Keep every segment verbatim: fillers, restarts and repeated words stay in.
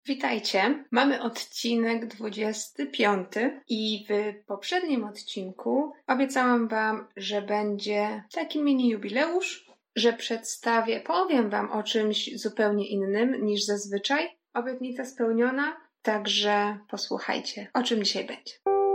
Witajcie. Mamy odcinek dwudziesty piąty i w poprzednim odcinku obiecałam Wam, że będzie taki mini jubileusz, że przedstawię, powiem Wam o czymś zupełnie innym niż zazwyczaj. Obietnica spełniona, także posłuchajcie, o czym dzisiaj będzie.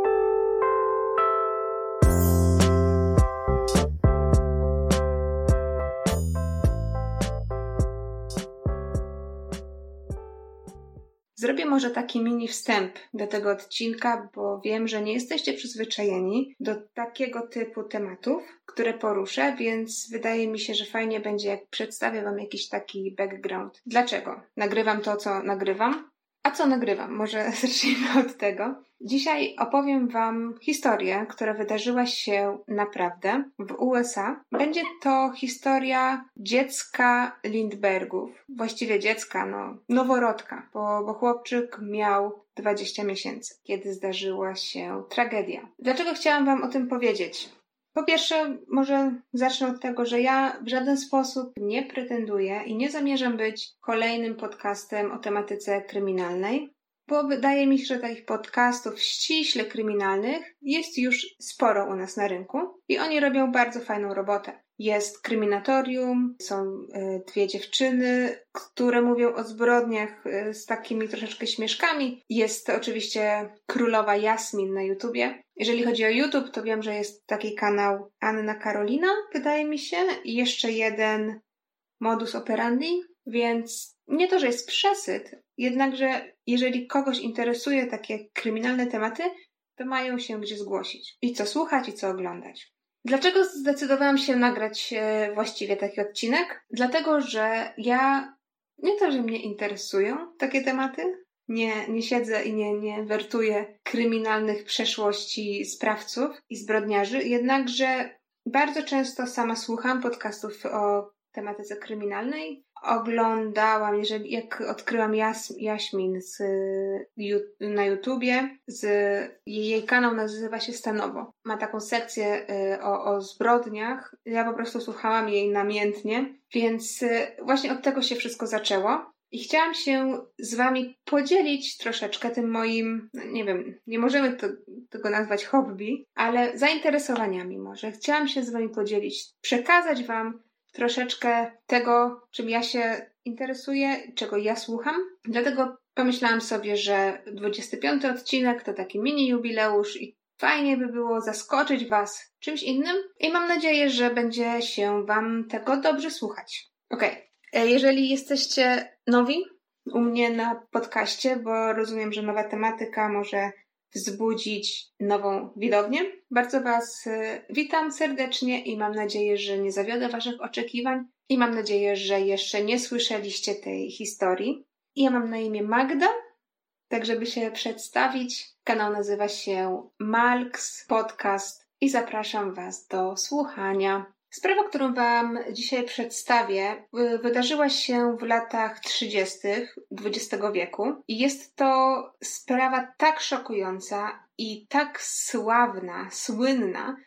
Zrobię może taki mini wstęp do tego odcinka, bo wiem, że nie jesteście przyzwyczajeni do takiego typu tematów, które poruszę, więc wydaje mi się, że fajnie będzie, jak przedstawię Wam jakiś taki background. Dlaczego nagrywam to, co nagrywam? A co nagrywam? Może zacznijmy od tego. Dzisiaj opowiem Wam historię, która wydarzyła się naprawdę w U S A. Będzie to historia dziecka Lindberghów. Właściwie dziecka, no, noworodka, bo, bo chłopczyk miał dwadzieścia miesięcy, kiedy zdarzyła się tragedia. Dlaczego chciałam Wam o tym powiedzieć? Po pierwsze, może zacznę od tego, że ja w żaden sposób nie pretenduję i nie zamierzam być kolejnym podcastem o tematyce kryminalnej, bo wydaje mi się, że takich podcastów ściśle kryminalnych jest już sporo u nas na rynku i oni robią bardzo fajną robotę. Jest kryminatorium, są y, dwie dziewczyny, które mówią o zbrodniach y, z takimi troszeczkę śmieszkami. Jest oczywiście królowa Jasmin na YouTubie. Jeżeli chodzi o YouTube, to wiem, że jest taki kanał Anna Karolina, wydaje mi się, i jeszcze jeden Modus Operandi, więc nie to, że jest przesyt, jednakże jeżeli kogoś interesuje takie kryminalne tematy, to mają się gdzie zgłosić. I co słuchać, i co oglądać. Dlaczego zdecydowałam się nagrać e, właściwie taki odcinek? Dlatego, że ja nie to, że mnie interesują takie tematy, nie, nie siedzę i nie, nie wertuję kryminalnych przeszłości sprawców i zbrodniarzy, jednakże bardzo często sama słucham podcastów o tematyce kryminalnej. Oglądałam, jeżeli jak odkryłam Jas, Jaśmin z, ju, na YouTubie, z, jej kanał nazywa się Stanowo. Ma taką sekcję y, o, o zbrodniach. Ja po prostu słuchałam jej namiętnie, więc y, właśnie od tego się wszystko zaczęło. I chciałam się z Wami podzielić troszeczkę tym moim, no nie wiem, nie możemy to, tego nazwać hobby, ale zainteresowaniami może. Chciałam się z Wami podzielić, przekazać Wam troszeczkę tego, czym ja się interesuję, czego ja słucham. Dlatego pomyślałam sobie, że dwudziesty piąty odcinek to taki mini jubileusz i fajnie by było zaskoczyć Was czymś innym i mam nadzieję, że będzie się Wam tego dobrze słuchać. Okej, okay. Jeżeli jesteście nowi u mnie na podcaście, bo rozumiem, że nowa tematyka może wzbudzić nową widownię. Bardzo Was witam serdecznie i mam nadzieję, że nie zawiodę Waszych oczekiwań i mam nadzieję, że jeszcze nie słyszeliście tej historii. Ja mam na imię Magda, tak żeby się przedstawić. Kanał nazywa się Malks Podcast i zapraszam Was do słuchania. Sprawa, którą Wam dzisiaj przedstawię, wydarzyła się w latach trzydziestych dwudziestego wieku i jest to sprawa tak szokująca i tak sławna, słynna,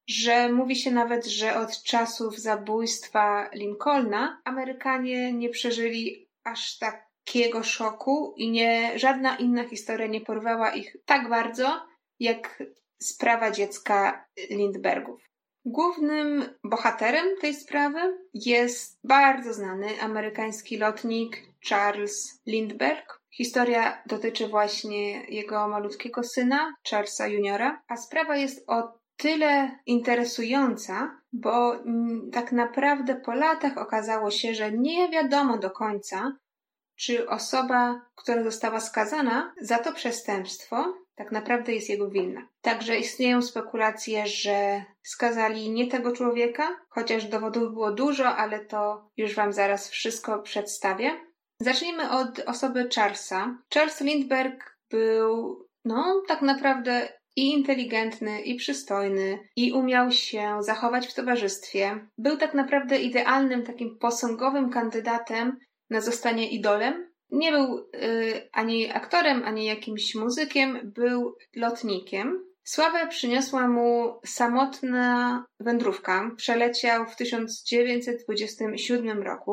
że mówi się nawet, że od czasów zabójstwa Lincolna Amerykanie nie przeżyli aż takiego szoku i nie, żadna inna historia nie porwała ich tak bardzo, jak sprawa dziecka Lindberghów. Głównym bohaterem tej sprawy jest bardzo znany amerykański lotnik Charles Lindbergh. Historia dotyczy właśnie jego malutkiego syna, Charlesa juniora, a sprawa jest o tyle interesująca, bo tak naprawdę po latach okazało się, że nie wiadomo do końca, czy osoba, która została skazana za to przestępstwo, tak naprawdę jest jego winna. Także istnieją spekulacje, że skazali nie tego człowieka, chociaż dowodów było dużo, ale to już Wam zaraz wszystko przedstawię. Zacznijmy od osoby Charlesa. Charles Lindbergh był, no, tak naprawdę i inteligentny, i przystojny, i umiał się zachować w towarzystwie. Był tak naprawdę idealnym, takim posągowym kandydatem na zostanie idolem. Nie był y, ani aktorem, ani jakimś muzykiem, był lotnikiem. Sławę przyniosła mu samotna wędrówka. Przeleciał w tysiąc dziewięćset dwudziestym siódmym roku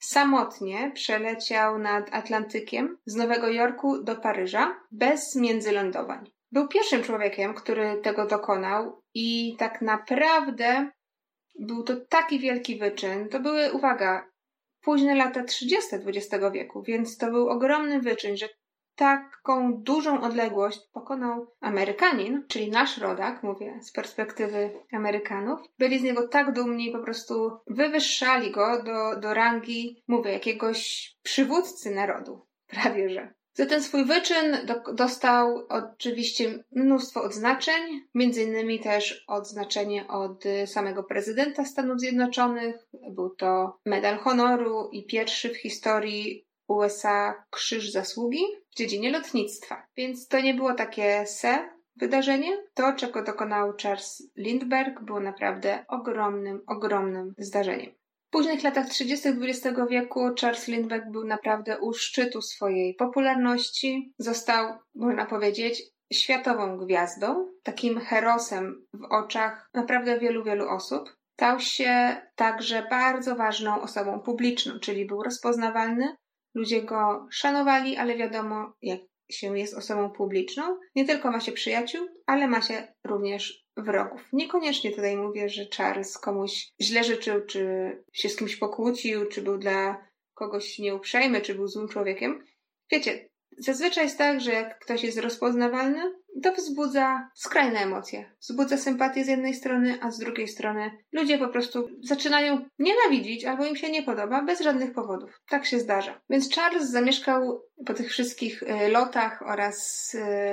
samotnie przeleciał nad Atlantykiem z Nowego Jorku do Paryża bez międzylądowań. Był pierwszym człowiekiem, który tego dokonał i tak naprawdę był to taki wielki wyczyn. To były, uwaga, późne lata trzydzieste dwudziestego wieku, więc to był ogromny wyczyn, że taką dużą odległość pokonał Amerykanin, czyli nasz rodak, mówię z perspektywy Amerykanów. Byli z niego tak dumni, po prostu wywyższali go do, do rangi, mówię, jakiegoś przywódcy narodu, prawie że. Za ten swój wyczyn do, dostał oczywiście mnóstwo odznaczeń, między innymi też odznaczenie od samego prezydenta Stanów Zjednoczonych. Był to medal honoru i pierwszy w historii U S A Krzyż Zasługi w dziedzinie lotnictwa. Więc to nie było takie se wydarzenie. To, czego dokonał Charles Lindbergh, było naprawdę ogromnym, ogromnym zdarzeniem. W późnych latach trzydziestych dwudziestego wieku Charles Lindbergh był naprawdę u szczytu swojej popularności. Został, można powiedzieć, światową gwiazdą, takim herosem w oczach naprawdę wielu, wielu osób. Stał się także bardzo ważną osobą publiczną, czyli był rozpoznawalny. Ludzie go szanowali, ale wiadomo, jak się jest osobą publiczną, nie tylko ma się przyjaciół, ale ma się również wrogów. Niekoniecznie tutaj mówię, że Charles komuś źle życzył, czy się z kimś pokłócił, czy był dla kogoś nieuprzejmy, czy był złym człowiekiem. Wiecie, zazwyczaj jest tak, że jak ktoś jest rozpoznawalny, to wzbudza skrajne emocje. Wzbudza sympatię z jednej strony, a z drugiej strony ludzie po prostu zaczynają nienawidzić albo im się nie podoba bez żadnych powodów. Tak się zdarza. Więc Charles zamieszkał po tych wszystkich lotach oraz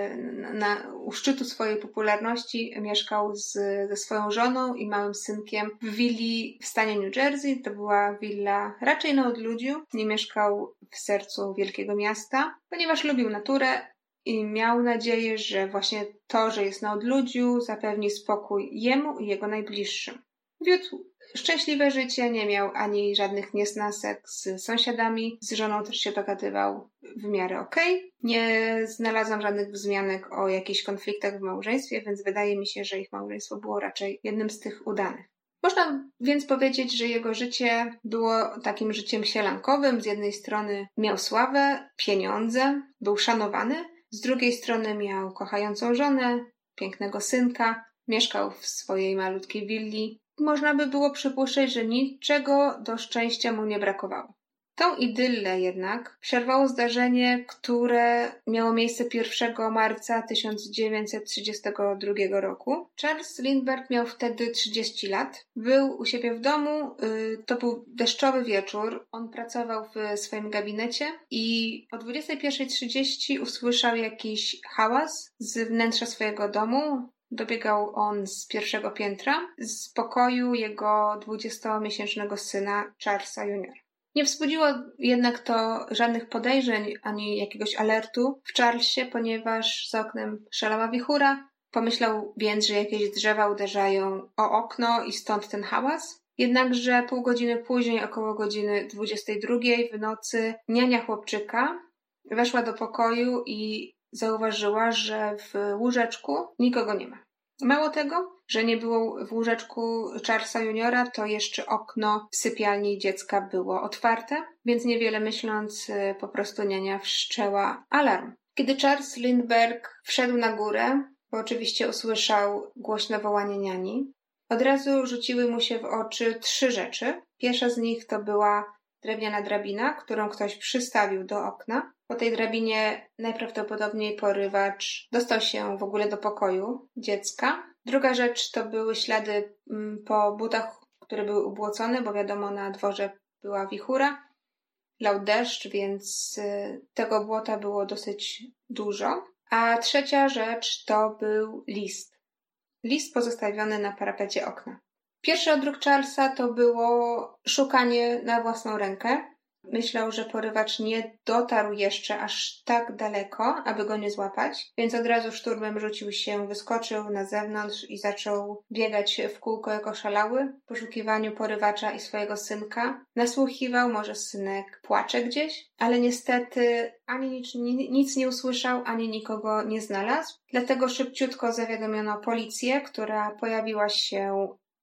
na, u szczytu swojej popularności mieszkał z, ze swoją żoną i małym synkiem w willi w stanie New Jersey. To była willa raczej na odludziu. Nie mieszkał w sercu wielkiego miasta, ponieważ lubił naturę i miał nadzieję, że właśnie to, że jest na odludziu, zapewni spokój jemu i jego najbliższym. Wiódł szczęśliwe życie, nie miał ani żadnych niesnasek z sąsiadami, z żoną też się dogadywał w miarę okej. Okay. Nie znalazłam żadnych wzmianek o jakichś konfliktach w małżeństwie, więc wydaje mi się, że ich małżeństwo było raczej jednym z tych udanych. Można więc powiedzieć, że jego życie było takim życiem sielankowym. Z jednej strony miał sławę, pieniądze, był szanowany, z drugiej strony miał kochającą żonę, pięknego synka, mieszkał w swojej malutkiej willi. Można by było przypuszczać, że niczego do szczęścia mu nie brakowało. Tą idyllę jednak przerwało zdarzenie, które miało miejsce pierwszego marca tysiąc dziewięćset trzydziestego drugiego roku. Charles Lindbergh miał wtedy trzydzieści lat. Był u siebie w domu, to był deszczowy wieczór. On pracował w swoim gabinecie i o dwudziestej pierwszej trzydzieści usłyszał jakiś hałas z wnętrza swojego domu. Dobiegał on z pierwszego piętra, z pokoju jego dwudziestomiesięcznego syna Charlesa juniora Nie wzbudziło jednak to żadnych podejrzeń ani jakiegoś alertu w Charlesie, ponieważ za oknem szalała wichura. Pomyślał więc, że jakieś drzewa uderzają o okno i stąd ten hałas. Jednakże pół godziny później, około godziny dwudziestej drugiej w nocy, niania chłopczyka weszła do pokoju i zauważyła, że w łóżeczku nikogo nie ma. Mało tego, że nie było w łóżeczku Charlesa juniora, to jeszcze okno w sypialni dziecka było otwarte, więc niewiele myśląc, po prostu niania wszczęła alarm. Kiedy Charles Lindbergh wszedł na górę, bo oczywiście usłyszał głośne wołanie niani, od razu rzuciły mu się w oczy trzy rzeczy. Pierwsza z nich to była drewniana drabina, którą ktoś przystawił do okna. Po tej drabinie najprawdopodobniej porywacz dostał się w ogóle do pokoju dziecka. Druga rzecz to były ślady po butach, które były ubłocone, bo wiadomo, na dworze była wichura, lał deszcz, więc tego błota było dosyć dużo. A trzecia rzecz to był list. List pozostawiony na parapecie okna. Pierwszy odruch Charlesa to było szukanie na własną rękę. Myślał, że porywacz nie dotarł jeszcze aż tak daleko, aby go nie złapać, więc od razu szturmem rzucił się, wyskoczył na zewnątrz i zaczął biegać w kółko jak oszalały w poszukiwaniu porywacza i swojego synka. Nasłuchiwał, może synek płacze gdzieś, ale niestety ani nic, nic nie usłyszał, ani nikogo nie znalazł. Dlatego szybciutko zawiadomiono policję, która pojawiła się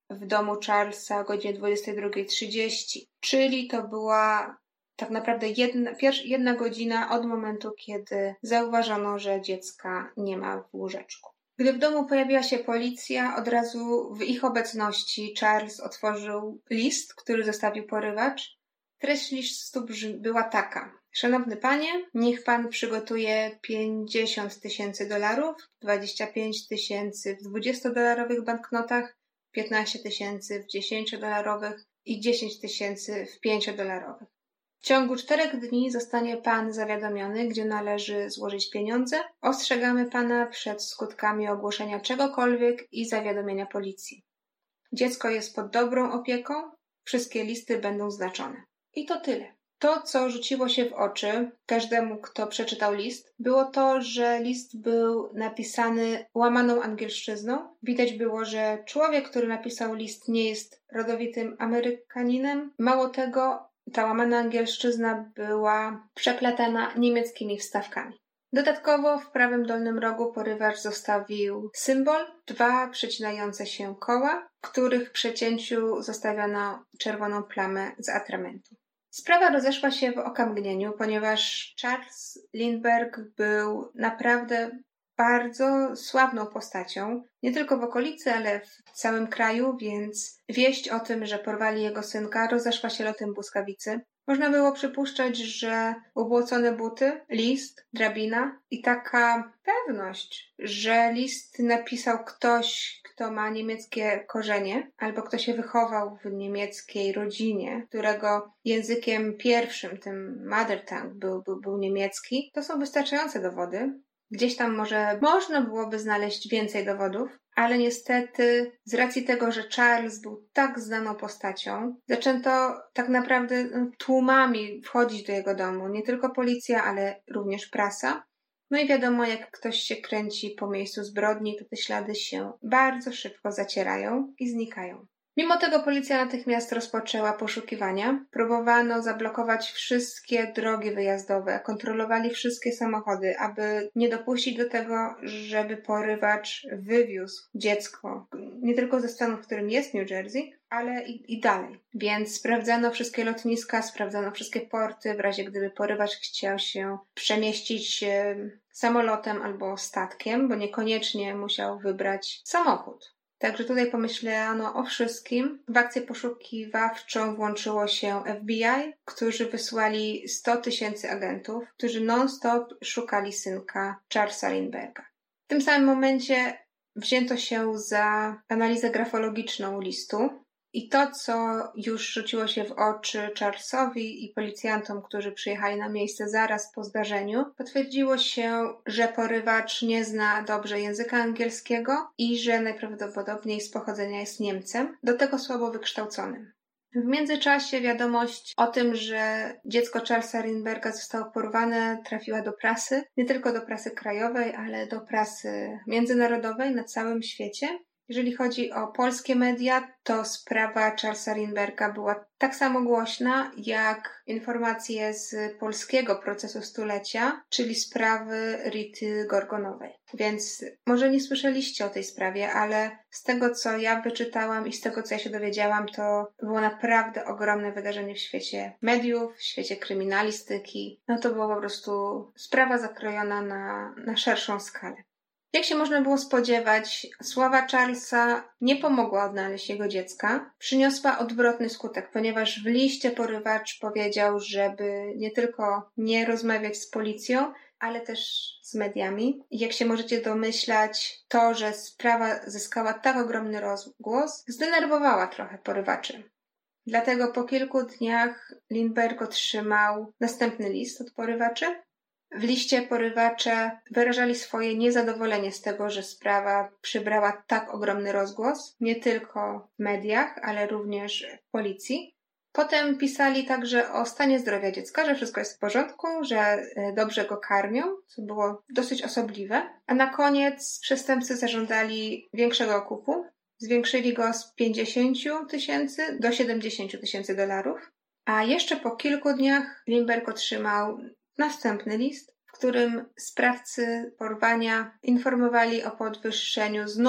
w domu Charlesa o godzinie dwudziestej drugiej trzydzieści, czyli to była tak naprawdę jedna, pierwsza, jedna godzina od momentu, kiedy zauważono, że dziecka nie ma w łóżeczku. Gdy w domu pojawiła się policja, od razu w ich obecności Charles otworzył list, który zostawił porywacz. Treść listu była taka: Szanowny panie, niech pan przygotuje pięćdziesiąt tysięcy dolarów, dwadzieścia pięć tysięcy w dwudziestodolarowych banknotach, piętnaście tysięcy w dziesięciodolarowych i dziesięć tysięcy w pięciodolarowych. W ciągu czterech dni zostanie pan zawiadomiony, gdzie należy złożyć pieniądze. Ostrzegamy pana przed skutkami ogłoszenia czegokolwiek i zawiadomienia policji. Dziecko jest pod dobrą opieką, wszystkie listy będą znaczone. I to tyle. To, co rzuciło się w oczy każdemu, kto przeczytał list, było to, że list był napisany łamaną angielszczyzną. Widać było, że człowiek, który napisał list, nie jest rodowitym Amerykaninem. Mało tego, ta łamana angielszczyzna była przeplatana niemieckimi wstawkami. Dodatkowo w prawym dolnym rogu porywacz zostawił symbol, dwa przecinające się koła, w których przecięciu zostawiono czerwoną plamę z atramentu. Sprawa rozeszła się w okamgnieniu, ponieważ Charles Lindbergh był naprawdę bardzo sławną postacią, nie tylko w okolicy, ale w całym kraju, więc wieść o tym, że porwali jego synka, rozeszła się lotem błyskawicy. Można było przypuszczać, że ubłocone buty, list, drabina i taka pewność, że list napisał ktoś, kto ma niemieckie korzenie, albo kto się wychował w niemieckiej rodzinie, którego językiem pierwszym, tym mother tongue, był, był, był niemiecki, to są wystarczające dowody. Gdzieś tam może można byłoby znaleźć więcej dowodów, ale niestety z racji tego, że Charles był tak znaną postacią, zaczęto tak naprawdę tłumami wchodzić do jego domu. Nie tylko policja, ale również prasa. No i wiadomo, jak ktoś się kręci po miejscu zbrodni, to te ślady się bardzo szybko zacierają i znikają. Mimo tego policja natychmiast rozpoczęła poszukiwania. Próbowano zablokować wszystkie drogi wyjazdowe, kontrolowali wszystkie samochody, aby nie dopuścić do tego, żeby porywacz wywiózł dziecko nie tylko ze stanu, w którym jest New Jersey, ale i, i dalej. Więc sprawdzano wszystkie lotniska, sprawdzano wszystkie porty, w razie gdyby porywacz chciał się przemieścić e, samolotem albo statkiem, bo niekoniecznie musiał wybrać samochód. Także tutaj pomyślano o wszystkim. W akcję poszukiwawczą włączyło się F B I, którzy wysłali sto tysięcy agentów, którzy non-stop szukali synka Charlesa Lindbergha. W tym samym momencie wzięto się za analizę grafologiczną listu i to, co już rzuciło się w oczy Charlesowi i policjantom, którzy przyjechali na miejsce zaraz po zdarzeniu, potwierdziło się, że porywacz nie zna dobrze języka angielskiego i że najprawdopodobniej z pochodzenia jest Niemcem, do tego słabo wykształconym. W międzyczasie wiadomość o tym, że dziecko Charlesa Lindbergha zostało porwane, trafiła do prasy, nie tylko do prasy krajowej, ale do prasy międzynarodowej na całym świecie. Jeżeli chodzi o polskie media, to sprawa Charlesa Lindbergha była tak samo głośna jak informacje z polskiego procesu stulecia, czyli sprawy Rity Gorgonowej. Więc może nie słyszeliście o tej sprawie, ale z tego, co ja wyczytałam i z tego, co ja się dowiedziałam, to było naprawdę ogromne wydarzenie w świecie mediów, w świecie kryminalistyki. No to była po prostu sprawa zakrojona na, na szerszą skalę. Jak się można było spodziewać, sława Charlesa nie pomogła odnaleźć jego dziecka. Przyniosła odwrotny skutek, ponieważ w liście porywacz powiedział, żeby nie tylko nie rozmawiać z policją, ale też z mediami. I jak się możecie domyślać, to, że sprawa zyskała tak ogromny rozgłos, zdenerwowała trochę porywaczy. Dlatego po kilku dniach Lindbergh otrzymał następny list od porywaczy. W liście porywacze wyrażali swoje niezadowolenie z tego, że sprawa przybrała tak ogromny rozgłos, nie tylko w mediach, ale również w policji. Potem pisali także o stanie zdrowia dziecka, że wszystko jest w porządku, że dobrze go karmią, co było dosyć osobliwe. A na koniec przestępcy zażądali większego okupu. Zwiększyli go z pięćdziesięciu tysięcy do siedemdziesięciu tysięcy dolarów. A jeszcze po kilku dniach Lindbergh otrzymał następny list, w którym sprawcy porwania informowali o podwyższeniu znowu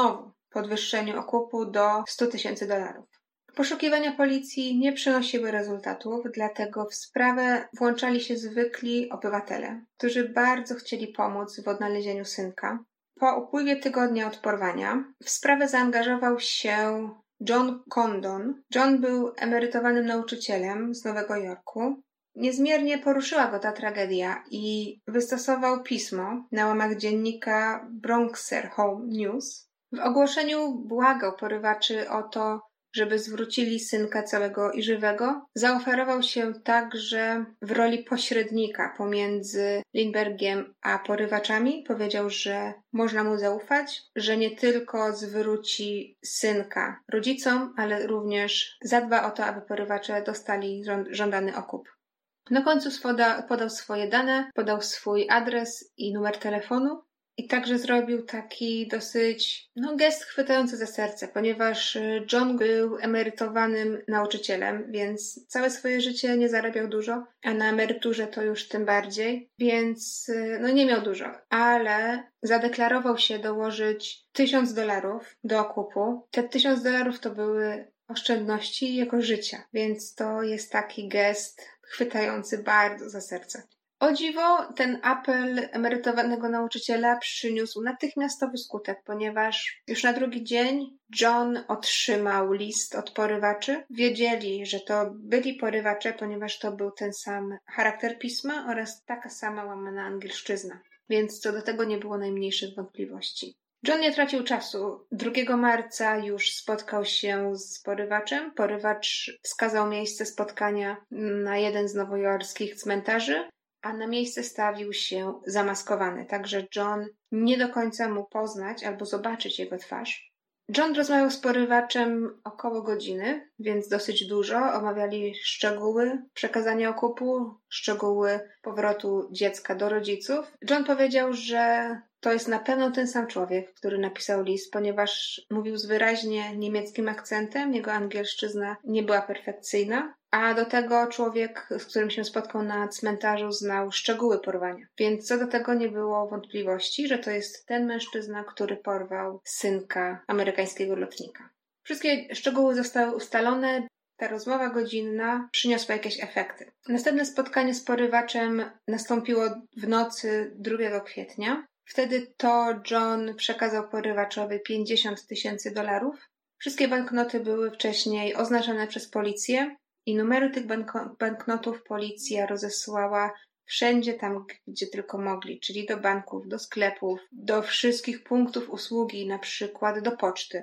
podwyższeniu okupu do stu tysięcy dolarów. Poszukiwania policji nie przynosiły rezultatów, dlatego w sprawę włączali się zwykli obywatele, którzy bardzo chcieli pomóc w odnalezieniu synka. Po upływie tygodnia od porwania w sprawę zaangażował się John Condon. John był emerytowanym nauczycielem z Nowego Jorku. Niezmiernie poruszyła go ta tragedia i wystosował pismo na łamach dziennika Bronxer Home News. W ogłoszeniu błagał porywaczy o to, żeby zwrócili synka całego i żywego. Zaoferował się także w roli pośrednika pomiędzy Lindbergiem a porywaczami. Powiedział, że można mu zaufać, że nie tylko zwróci synka rodzicom, ale również zadba o to, aby porywacze dostali żądany okup. Na końcu podał swoje dane, podał swój adres i numer telefonu. I także zrobił taki dosyć no, gest chwytający za serce, ponieważ John był emerytowanym nauczycielem, więc całe swoje życie nie zarabiał dużo, a na emeryturze to już tym bardziej, więc no nie miał dużo, ale zadeklarował się dołożyć tysiąc dolarów do okupu. Te tysiąc dolarów to były oszczędności jego życia, więc to jest taki gest chwytający bardzo za serce. O dziwo, ten apel emerytowanego nauczyciela przyniósł natychmiastowy skutek, ponieważ już na drugi dzień John otrzymał list od porywaczy. Wiedzieli, że to byli porywacze, ponieważ to był ten sam charakter pisma oraz taka sama łamana angielszczyzna, więc co do tego nie było najmniejszych wątpliwości. John nie tracił czasu. drugiego marca już spotkał się z porywaczem. Porywacz wskazał miejsce spotkania na jeden z nowojorskich cmentarzy, a na miejsce stawił się zamaskowany, także John nie do końca mógł poznać albo zobaczyć jego twarz. John rozmawiał z porywaczem około godziny, więc dosyć dużo. Omawiali szczegóły przekazania okupu, szczegóły powrotu dziecka do rodziców. John powiedział, że to jest na pewno ten sam człowiek, który napisał list, ponieważ mówił z wyraźnie niemieckim akcentem, jego angielszczyzna nie była perfekcyjna, a do tego człowiek, z którym się spotkał na cmentarzu, znał szczegóły porwania. Więc co do tego nie było wątpliwości, że to jest ten mężczyzna, który porwał synka amerykańskiego lotnika. Wszystkie szczegóły zostały ustalone. Ta rozmowa godzinna przyniosła jakieś efekty. Następne spotkanie z porywaczem nastąpiło w nocy drugiego kwietnia. Wtedy to John przekazał porywaczowi pięćdziesiąt tysięcy dolarów. Wszystkie banknoty były wcześniej oznaczone przez policję i numery tych banko- banknotów policja rozesłała wszędzie tam, gdzie tylko mogli, czyli do banków, do sklepów, do wszystkich punktów usługi, na przykład do poczty.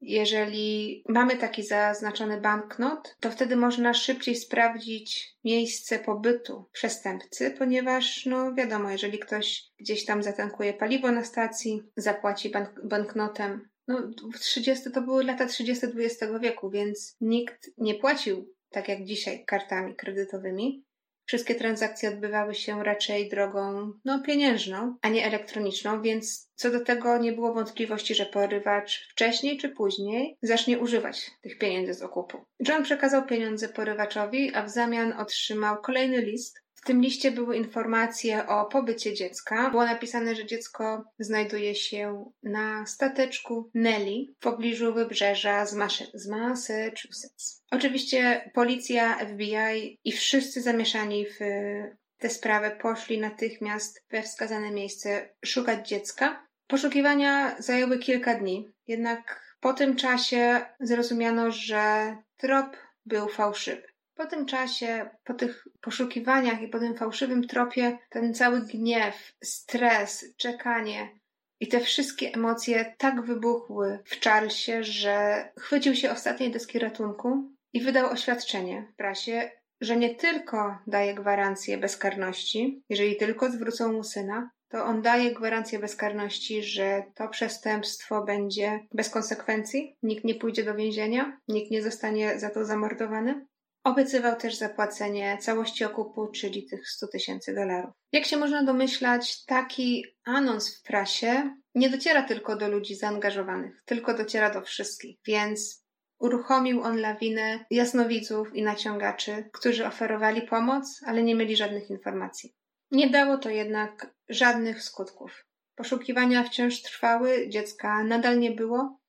Jeżeli mamy taki zaznaczony banknot, to wtedy można szybciej sprawdzić miejsce pobytu przestępcy, ponieważ, no wiadomo, jeżeli ktoś gdzieś tam zatankuje paliwo na stacji, zapłaci bank- banknotem, no w trzydziestych to były lata trzydzieste dwudziestego wieku, więc nikt nie płacił tak jak dzisiaj kartami kredytowymi. Wszystkie transakcje odbywały się raczej drogą no, pieniężną, a nie elektroniczną, więc co do tego nie było wątpliwości, że porywacz wcześniej czy później zacznie używać tych pieniędzy z okupu. John przekazał pieniądze porywaczowi, a w zamian otrzymał kolejny list. W tym liście były informacje o pobycie dziecka. Było napisane, że dziecko znajduje się na stateczku Nelly w pobliżu wybrzeża z, Mas- z Massachusetts. Oczywiście policja, F B I i wszyscy zamieszani w tę sprawę poszli natychmiast we wskazane miejsce szukać dziecka. Poszukiwania zajęły kilka dni, jednak po tym czasie zrozumiano, że trop był fałszywy. Po tym czasie, po tych poszukiwaniach i po tym fałszywym tropie, ten cały gniew, stres, czekanie i te wszystkie emocje tak wybuchły w Charlesie, że chwycił się ostatniej deski ratunku i wydał oświadczenie w prasie, że nie tylko daje gwarancję bezkarności, jeżeli tylko zwrócą mu syna, to on daje gwarancję bezkarności, że to przestępstwo będzie bez konsekwencji, nikt nie pójdzie do więzienia, nikt nie zostanie za to zamordowany. Obiecywał też zapłacenie całości okupu, czyli tych stu tysięcy dolarów. Jak się można domyślać, taki anons w prasie nie dociera tylko do ludzi zaangażowanych, tylko dociera do wszystkich, więc uruchomił on lawinę jasnowidzów i naciągaczy, którzy oferowali pomoc, ale nie mieli żadnych informacji. Nie dało to jednak żadnych skutków. Poszukiwania wciąż trwały, dziecka nadal nie było.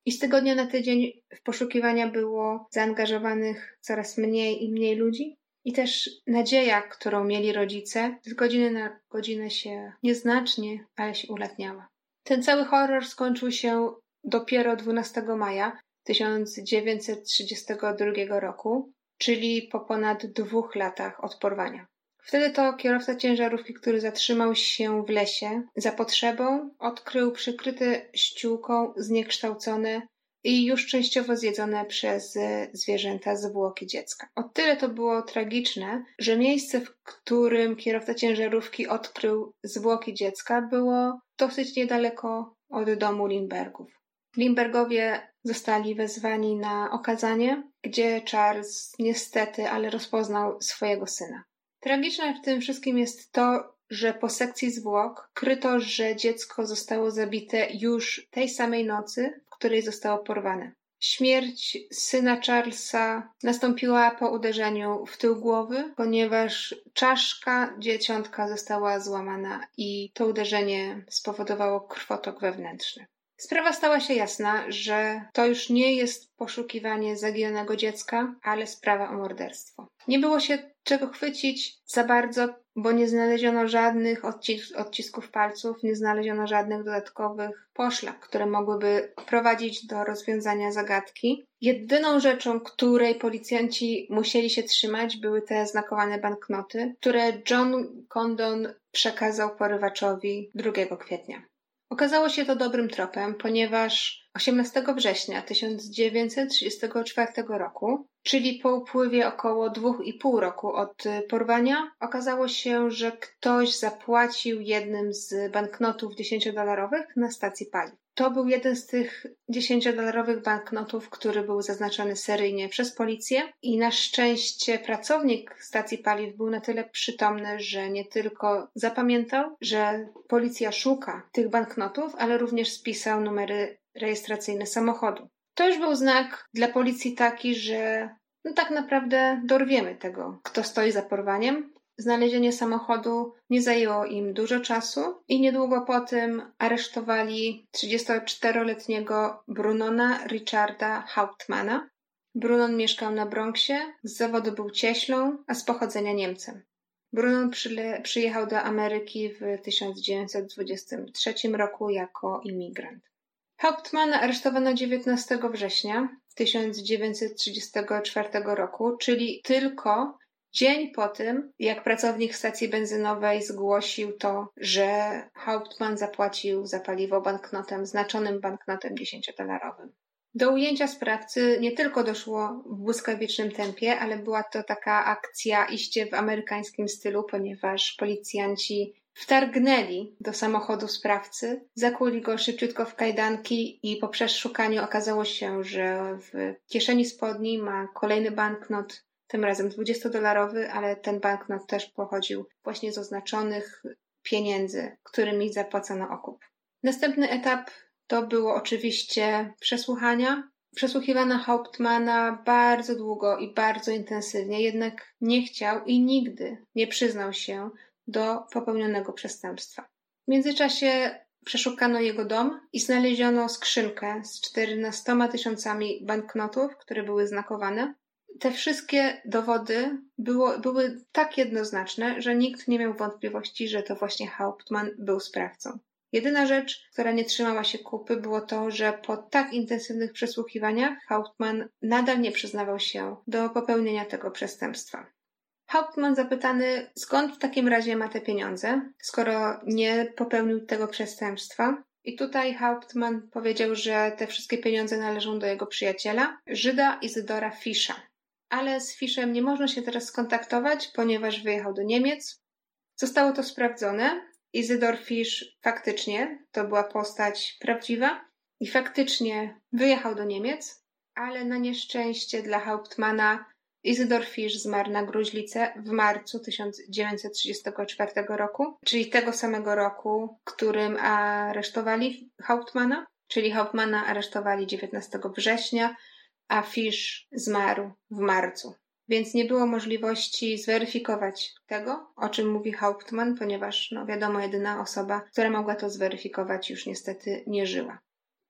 I z tygodnia na tydzień w poszukiwania było zaangażowanych coraz mniej i mniej ludzi. I też nadzieja, którą mieli rodzice, z godziny na godzinę się nieznacznie, ale się ulatniała. Ten cały horror skończył się dopiero dwunastego maja tysiąc dziewięćset trzydziestego drugiego roku, czyli po ponad dwóch latach od porwania. Wtedy to kierowca ciężarówki, który zatrzymał się w lesie za potrzebą, odkrył przykryte ściółką zniekształcone i już częściowo zjedzone przez zwierzęta zwłoki dziecka. O tyle to było tragiczne, że miejsce, w którym kierowca ciężarówki odkrył zwłoki dziecka, było dosyć niedaleko od domu Lindberghów. Lindberghowie zostali wezwani na okazanie, gdzie Charles niestety, ale rozpoznał swojego syna. Tragiczne w tym wszystkim jest to, że po sekcji zwłok kryto, że dziecko zostało zabite już tej samej nocy, w której zostało porwane. Śmierć syna Charlesa nastąpiła po uderzeniu w tył głowy, ponieważ czaszka dzieciątka została złamana i to uderzenie spowodowało krwotok wewnętrzny. Sprawa stała się jasna, że to już nie jest poszukiwanie zaginionego dziecka, ale sprawa o morderstwo. Nie było się czego chwycić za bardzo, bo nie znaleziono żadnych odcis- odcisków palców, nie znaleziono żadnych dodatkowych poszlak, które mogłyby prowadzić do rozwiązania zagadki. Jedyną rzeczą, której policjanci musieli się trzymać, były te znakowane banknoty, które John Condon przekazał porywaczowi drugiego kwietnia. Okazało się to dobrym tropem, ponieważ osiemnastego września tysiąc dziewięćset trzydziestego czwartego roku, czyli po upływie około dwóch i pół roku od porwania, okazało się, że ktoś zapłacił jednym z banknotów dziesięciodolarowych na stacji paliw. To był jeden z tych dziesięciodolarowych banknotów, który był zaznaczony seryjnie przez policję i na szczęście pracownik stacji paliw był na tyle przytomny, że nie tylko zapamiętał, że policja szuka tych banknotów, ale również spisał numery rejestracyjne samochodu. To już był znak dla policji taki, że no tak naprawdę dorwiemy tego, kto stoi za porwaniem. Znalezienie samochodu nie zajęło im dużo czasu i niedługo po tym aresztowali trzydziestoczteroletniego Brunona Richarda Hauptmana. Brunon mieszkał na Bronxie, z zawodu był cieślą, a z pochodzenia Niemcem. Brunon przyle- przyjechał do Ameryki w tysiąc dziewięćset dwudziestym trzecim roku jako imigrant. Hauptmana aresztowano dziewiętnastego września tysiąc dziewięćset trzydziestego czwartego roku, czyli tylko dzień po tym, jak pracownik stacji benzynowej zgłosił to, że Hauptmann zapłacił za paliwo banknotem, znaczonym banknotem dziesięciodolarowym. Do ujęcia sprawcy nie tylko doszło w błyskawicznym tempie, ale była to taka akcja iście w amerykańskim stylu, ponieważ policjanci wtargnęli do samochodu sprawcy, zakuli go szybciutko w kajdanki i po przeszukaniu okazało się, że w kieszeni spodni ma kolejny banknot, tym razem dwudziestodolarowy, ale ten banknot też pochodził właśnie z oznaczonych pieniędzy, którymi zapłacono okup. Następny etap to było oczywiście przesłuchania. Przesłuchiwano Hauptmana bardzo długo i bardzo intensywnie, jednak nie chciał i nigdy nie przyznał się do popełnionego przestępstwa. W międzyczasie przeszukano jego dom i znaleziono skrzynkę z czternastoma tysiącami banknotów, które były znakowane. Te wszystkie dowody było, były tak jednoznaczne, że nikt nie miał wątpliwości, że to właśnie Hauptmann był sprawcą. Jedyna rzecz, która nie trzymała się kupy, było to, że po tak intensywnych przesłuchiwaniach Hauptmann nadal nie przyznawał się do popełnienia tego przestępstwa. Hauptmann zapytany, skąd w takim razie ma te pieniądze, skoro nie popełnił tego przestępstwa. I tutaj Hauptmann powiedział, że te wszystkie pieniądze należą do jego przyjaciela, Żyda Izydora Fischa. Ale z Fischem nie można się teraz skontaktować, ponieważ wyjechał do Niemiec. Zostało to sprawdzone. Izydor Fisch faktycznie to była postać prawdziwa i faktycznie wyjechał do Niemiec, ale na nieszczęście dla Hauptmana Izydor Fisch zmarł na gruźlicę w marcu tysiąc dziewięćset trzydziestego czwartego roku, czyli tego samego roku, którym aresztowali Hauptmana, czyli Hauptmana aresztowali dziewiętnastego września, a Fisch zmarł w marcu. Więc nie było możliwości zweryfikować tego, o czym mówi Hauptmann, ponieważ, no wiadomo, jedyna osoba, która mogła to zweryfikować, już niestety nie żyła.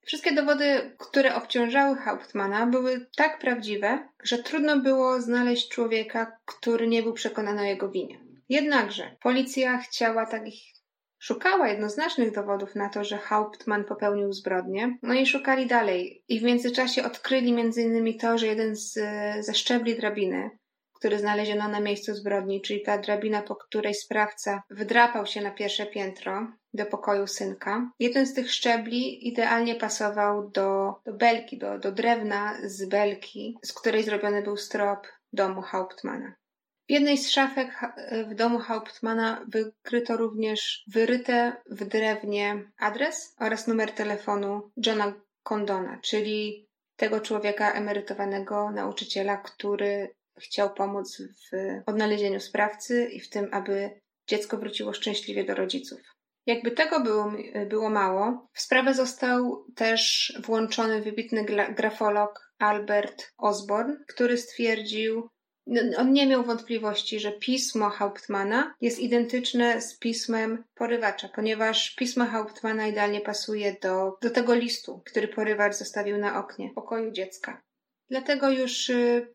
Wszystkie dowody, które obciążały Hauptmana, były tak prawdziwe, że trudno było znaleźć człowieka, który nie był przekonany o jego winie. Jednakże policja chciała takich, szukała jednoznacznych dowodów na to, że Hauptmann popełnił zbrodnię, no i szukali dalej. I w międzyczasie odkryli między innymi to, że jeden z, ze szczebli drabiny, który znaleziono na miejscu zbrodni, czyli ta drabina, po której sprawca wdrapał się na pierwsze piętro do pokoju synka. Jeden z tych szczebli idealnie pasował do, do belki, do, do drewna z belki, z której zrobiony był strop domu Hauptmana. W jednej z szafek w domu Hauptmana wykryto również wyryte w drewnie adres oraz numer telefonu Johna Condona, czyli tego człowieka emerytowanego nauczyciela, który chciał pomóc w odnalezieniu sprawcy i w tym, aby dziecko wróciło szczęśliwie do rodziców. Jakby tego było, było mało, w sprawę został też włączony wybitny grafolog Albert Osborn, który stwierdził, on nie miał wątpliwości, że pismo Hauptmana jest identyczne z pismem porywacza, ponieważ pismo Hauptmana idealnie pasuje do, do tego listu, który porywacz zostawił na oknie pokoju dziecka. Dlatego już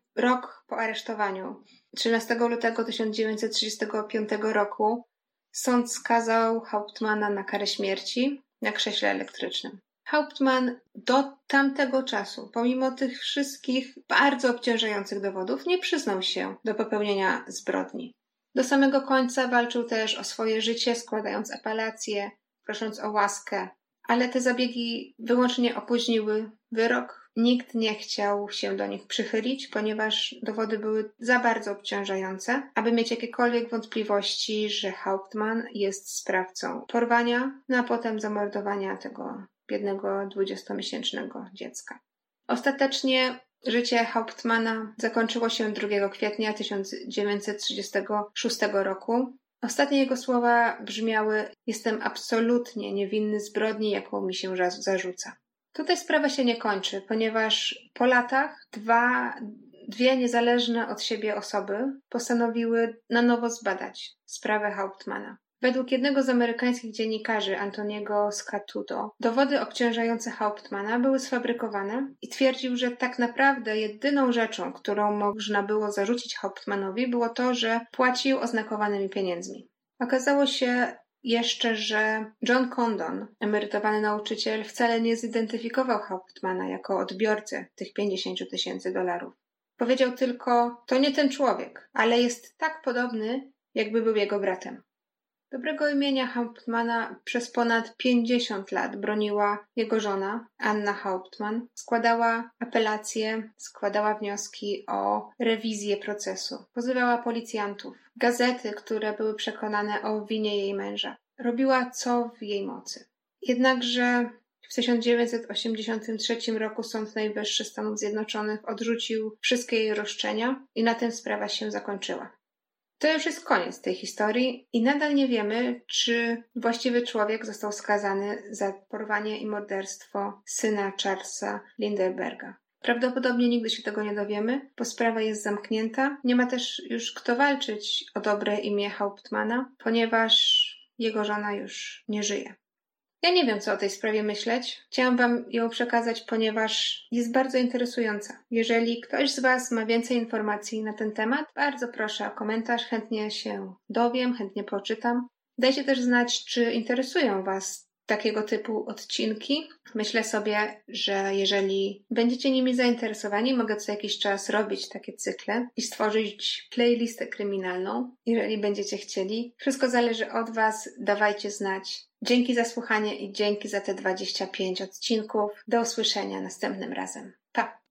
rok po aresztowaniu, trzynastego lutego tysiąc dziewięćset trzydziestego piątego roku, sąd skazał Hauptmana na karę śmierci na krześle elektrycznym. Hauptmann do tamtego czasu, pomimo tych wszystkich bardzo obciążających dowodów, nie przyznał się do popełnienia zbrodni. Do samego końca walczył też o swoje życie, składając apelacje, prosząc o łaskę, ale te zabiegi wyłącznie opóźniły wyrok. Nikt nie chciał się do nich przychylić, ponieważ dowody były za bardzo obciążające, aby mieć jakiekolwiek wątpliwości, że Hauptmann jest sprawcą porwania, no a potem zamordowania tego biednego dwudziestomiesięcznego dziecka. Ostatecznie życie Hauptmana zakończyło się drugiego kwietnia tysiąc dziewięćset trzydziestego szóstego roku. Ostatnie jego słowa brzmiały: jestem absolutnie niewinny zbrodni, jaką mi się zarzuca. Tutaj sprawa się nie kończy, ponieważ po latach dwa, dwie niezależne od siebie osoby postanowiły na nowo zbadać sprawę Hauptmana. Według jednego z amerykańskich dziennikarzy, Antoniego Scatuto, dowody obciążające Hauptmana były sfabrykowane i twierdził, że tak naprawdę jedyną rzeczą, którą można było zarzucić Hauptmanowi, było to, że płacił oznakowanymi pieniędzmi. Okazało się jeszcze, że John Condon, emerytowany nauczyciel, wcale nie zidentyfikował Hauptmana jako odbiorcę tych pięćdziesiąt tysięcy dolarów. Powiedział tylko: to nie ten człowiek, ale jest tak podobny, jakby był jego bratem. Dobrego imienia Hauptmana przez ponad pięćdziesiąt lat broniła jego żona, Anna Hauptmann. Składała apelacje, składała wnioski o rewizję procesu. Pozywała policjantów, gazety, które były przekonane o winie jej męża. Robiła co w jej mocy. Jednakże w tysiąc dziewięćset osiemdziesiątym trzecim roku Sąd Najwyższy Stanów Zjednoczonych odrzucił wszystkie jej roszczenia i na tym sprawa się zakończyła. To już jest koniec tej historii i nadal nie wiemy, czy właściwy człowiek został skazany za porwanie i morderstwo syna Charlesa Lindbergha. Prawdopodobnie nigdy się tego nie dowiemy, bo sprawa jest zamknięta. Nie ma też już kto walczyć o dobre imię Hauptmana, ponieważ jego żona już nie żyje. Ja nie wiem, co o tej sprawie myśleć. Chciałam wam ją przekazać, ponieważ jest bardzo interesująca. Jeżeli ktoś z was ma więcej informacji na ten temat, bardzo proszę o komentarz, chętnie się dowiem, chętnie poczytam. Dajcie też znać, czy interesują was takiego typu odcinki. Myślę sobie, że jeżeli będziecie nimi zainteresowani, mogę co jakiś czas robić takie cykle i stworzyć playlistę kryminalną, jeżeli będziecie chcieli. Wszystko zależy od was, dawajcie znać. Dzięki za słuchanie i dzięki za te dwadzieścia pięć odcinków. Do usłyszenia następnym razem. Pa!